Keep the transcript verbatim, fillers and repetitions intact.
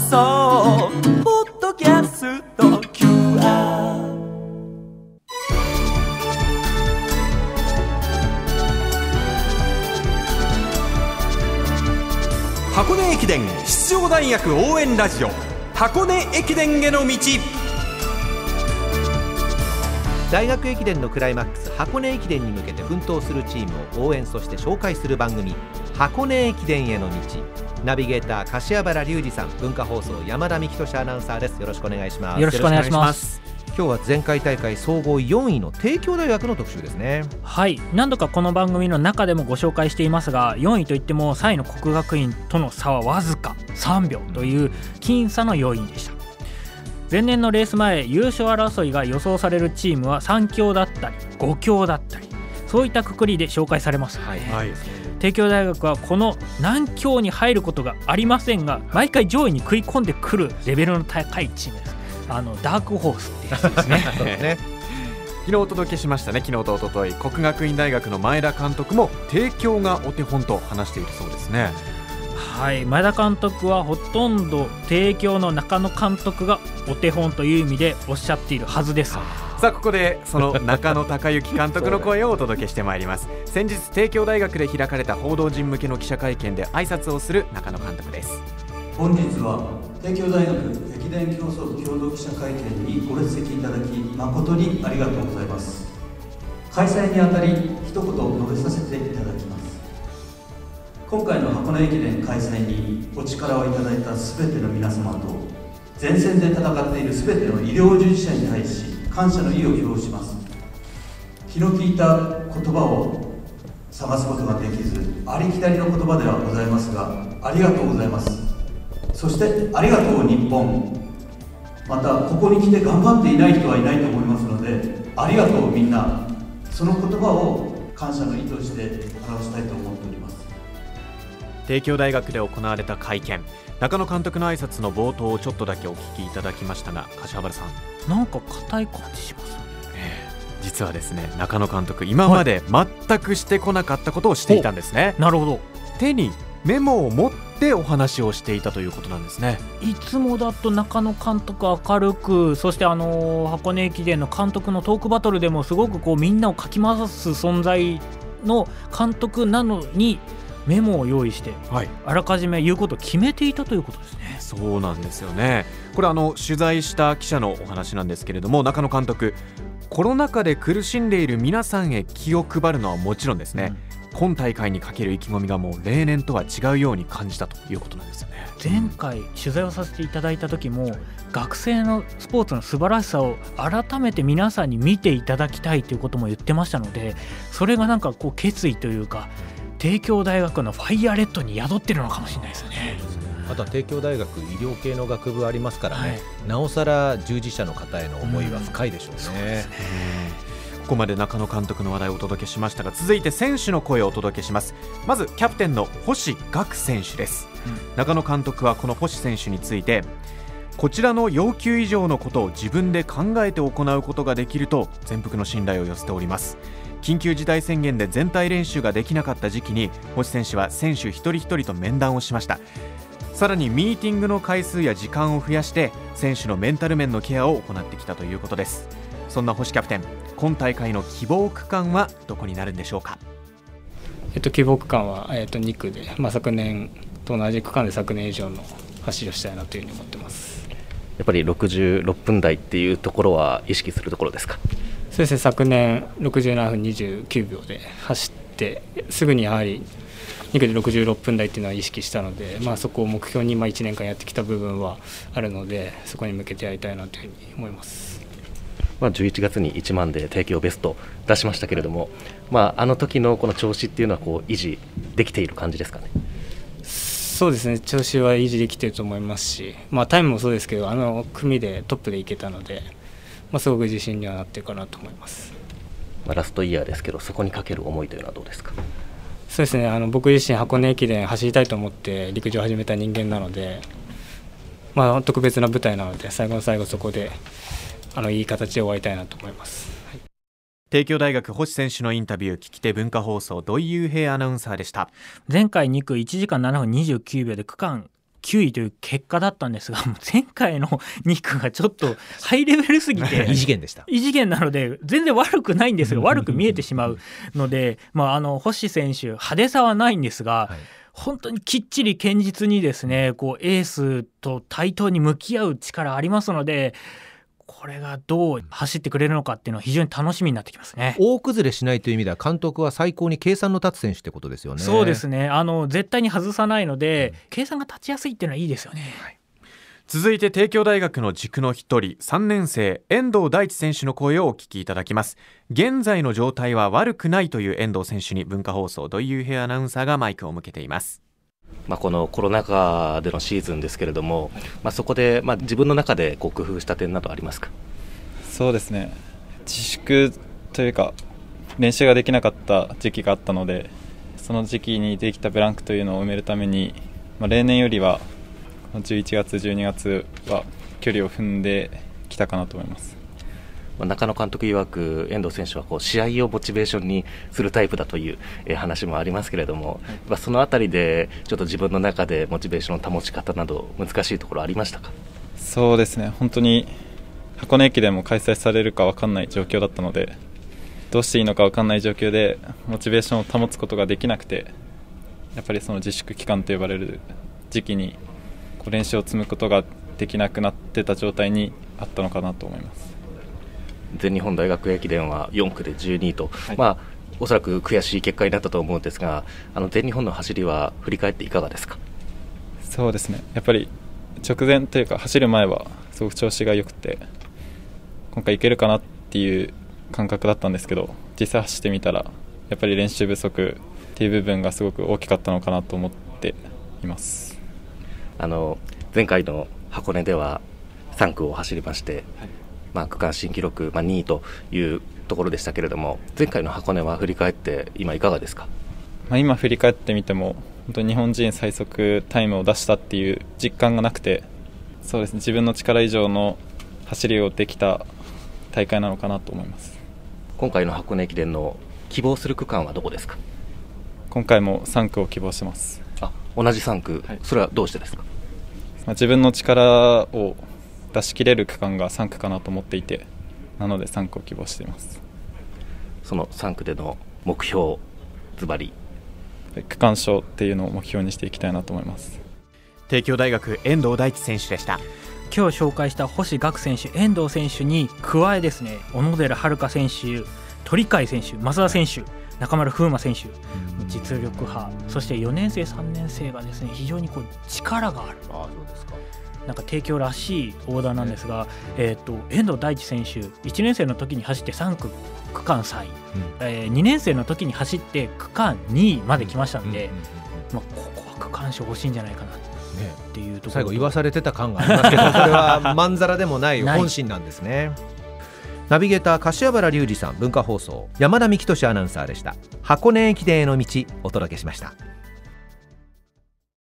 送ポッドキャスト キューアール。箱根駅伝出場大学応援ラジオ、箱根駅伝への道。 大学駅伝のクライマックス箱根駅伝に向けて奮闘するチームを応援、そして紹介する番組、箱根駅伝への道。ナビゲーター柏原隆二さん、文化放送山田美希俊アナウンサーです。よろしくお願いします。 よろしくお願いします。 今日は前回大会総合よんいの帝京大学の特集ですね。 はい、何度かこの番組の中でもご紹介していますが、よんいといってもさいの国学院との差はわずかさんびょうという僅差のよんいでした。前年のレース前、優勝争いが予想されるチームはさん強だったりご強だったり、そういったくくりで紹介されます、はいはい、帝京大学はこの何強に入ることがありませんが、毎回上位に食い込んでくるレベルの高いチームです。あのダークホースってやつですね。そうですね。 昨日お届けしましたね。昨日と一昨日、国学院大学の前田監督も帝京がお手本と話しているそうですね。 はい、前田監督はほとんど帝京の中野監督がお手本という意味でおっしゃっているはずです。 さあ、ここでその中野孝之監督の声をお届けしてまいります。先日帝京大学で開かれた報道陣向けの記者会見で挨拶をする中野監督です。 本日は帝京大学駅伝競争部共同記者会見にご列席いただき誠にありがとうございます。開催にあたり一言述べさせていただきます。今回の箱根駅伝開催にお力をいただいたすべての皆様と、前線で戦っているすべての医療従事者に対し感謝の意を表します。気の利いた言葉を探すことができず、ありきたりの言葉ではございますが、ありがとうございます。そしてありがとう日本。またここに来て頑張っていない人はいないと思いますので、ありがとうみんな。その言葉を感謝の意として表したいと思っております。 帝京大学で行われた会見、中野監督の挨拶の冒頭をちょっとだけお聞きいただきましたが、柏原さん、 なんか硬い感じします、 えー、実はですね、中野監督今まで全くしてこなかったことをしていたんですね。 なるほど。 手にメモを持ってお話をしていたということなんですね。 いつもだと中野監督明るく、そしてあの箱根駅伝の監督のトークバトルでもすごくこうみんなをかき回す存在の監督なのに、メモを用意して、はい、あらかじめ言うことを決めていたということですね。 そうなんですよね。これあの取材した記者のお話なんですけれども、中野監督、コロナ禍で苦しんでいる皆さんへ気を配るのはもちろんですね、うん、今大会にかける意気込みがもう例年とは違うように感じたということなんですよね。 前回取材をさせていただいた時も、学生のスポーツの素晴らしさを改めて皆さんに見ていただきたいということも言ってましたので、それがなんかこう決意というか、帝京大学のファイヤーレッドに宿ってるのかもしれないですね。 あとは帝京大学医療系の学部ありますからね、はい、なおさら従事者の方への思いは深いでしょうね。うん、そうですね。 ここまで中野監督の話題をお届けしましたが、続いて選手の声をお届けします。まずキャプテンの星岳選手です。うん、中野監督はこの星選手について、こちらの要求以上のことを自分で考えて行うことができると全幅の信頼を寄せております。緊急事態宣言で全体練習ができなかった時期に星選手は選手一人一人と面談をしました。さらにミーティングの回数や時間を増やして選手のメンタル面のケアを行ってきたということです。そんな星キャプテン、今大会の希望区間はどこになるんでしょうか。 えっと、希望区間は、えっと、に区で、まあ、昨年と同じ区間で昨年以上の走りをしたいなというふうに思ってます。 やっぱりろくじゅうろっぷん台っていうところは意識するところですか。 そうですね、昨年ろくじゅうななふんにじゅうきゅうびょうで走ってすぐにやはりに区でろくじゅうろっぷん台っていうのは意識したので、まあ、そこを目標にまあいちねんかんやってきた部分はあるので、そこに向けてやりたいなというふうに思います。 まあ、じゅういちがつにいちまんで帝京ベスト出しましたけれども、まあ、あの時のこの調子っていうのはこう維持できている感じですかね。 そうですね、調子は維持できていると思いますし、まあ、タイムもそうですけど、あの組でトップでいけたので、まあ、すごく自信にはなっているかなと思います。 まあ、ラストイヤーですけど、そこにかける思いというのはどうですか。 そうですね、あの僕自身箱根駅伝走りたいと思って陸上を始めた人間なので、まあ、特別な舞台なので、最後の最後そこであのいい形で終わりたいなと思います。はい、 帝京大学星選手のインタビュー、聞き手文化放送土井雄平アナウンサーでした。 前回に区いちじかんななふんにじゅうきゅうびょうで区間きゅういという結果だったんですが、もう前回のに区がちょっとハイレベルすぎて異次元でした。 異次元なので全然悪くないんですが悪く見えてしまうので、まあ、あの星選手派手さはないんですが、はい、本当にきっちり堅実にですね、こうエースと対等に向き合う力ありますので、これがどう走ってくれるのかっていうのは非常に楽しみになってきますね。 大崩れしないという意味では監督は最高に計算の立つ選手ってことですよね。 そうですね、あの絶対に外さないので、うん、計算が立ちやすいっていうのはいいですよね。はい、 続いて帝京大学の軸の一人さんねん生遠藤大地選手の声をお聞きいただきます。現在の状態は悪くないという遠藤選手に文化放送土井雄平アナウンサーがマイクを向けています。 まあ、このコロナ禍でのシーズンですけれども、まあ、そこで、まあ、自分の中でこう工夫した点などありますか？ そうですね、自粛というか練習ができなかった時期があったので、その時期にできたブランクというのを埋めるために、まあ、例年よりはじゅういちがつじゅうにがつは距離を踏んできたかなと思います。 中野監督曰く遠藤選手はこう試合をモチベーションにするタイプだという話もありますけれども、はい、そのあたりでちょっと自分の中でモチベーションの保ち方など難しいところありましたか？ そうですね、本当に箱根駅伝も開催されるか分かんない状況だったので、どうしていいのか分かんない状況でモチベーションを保つことができなくて、やっぱりその自粛期間と呼ばれる時期にこう練習を積むことができなくなってた状態にあったのかなと思います。 全日本大学駅伝はよん区でじゅうにいと、はい、まあ、おそらく悔しい結果になったと思うんですが、あの全日本の走りは振り返っていかがですか？ そうですね、やっぱり直前というか走る前はすごく調子が良くて、今回いけるかなっていう感覚だったんですけど、実際走ってみたらやっぱり練習不足っていう部分がすごく大きかったのかなと思っています。 あの前回の箱根ではさん区を走りまして、はい、まあ、区間新記録、まあ、にいというところでしたけれども、前回の箱根は振り返って今いかがですか？ まあ、今振り返ってみても本当に日本人最速タイムを出したっていう実感がなくて、そうですね、自分の力以上の走りをできた大会なのかなと思います。 今回の箱根駅伝の希望する区間はどこですか？ 今回もさん区を希望してます。 あ、同じさん区、はい、それはどうしてですか？ まあ、自分の力を出し切れる区間がさん区かなと思っていて、なのでさん区を希望しています。 そのさん区での目標、ズバリ区間賞っていうのを目標にしていきたいなと思います。 帝京大学遠藤大地選手でした。 今日紹介した星岳選手、遠藤選手に加えですね、小野寺遥選手、鳥海選手、増田選手、中丸風磨選手、実力派、そしてよねん生さんねん生がですね、非常にこう力がある。ああ、そうですか。なんか帝京らしいオーダーなんですが、えー、と遠藤大地選手いちねん生の時に走ってさん区区間さんい、うん、えー、にねん生の時に走って区間にいまで来ましたので、まあ、ここは区間賞欲しいんじゃないかなっていうところ、 最後言わされてた感がありますけど、それはまんざらでもない本心なんですね。ナビゲーター柏原隆二さん、文化放送山田幹俊アナウンサーでした。箱根駅伝への道お届けしました。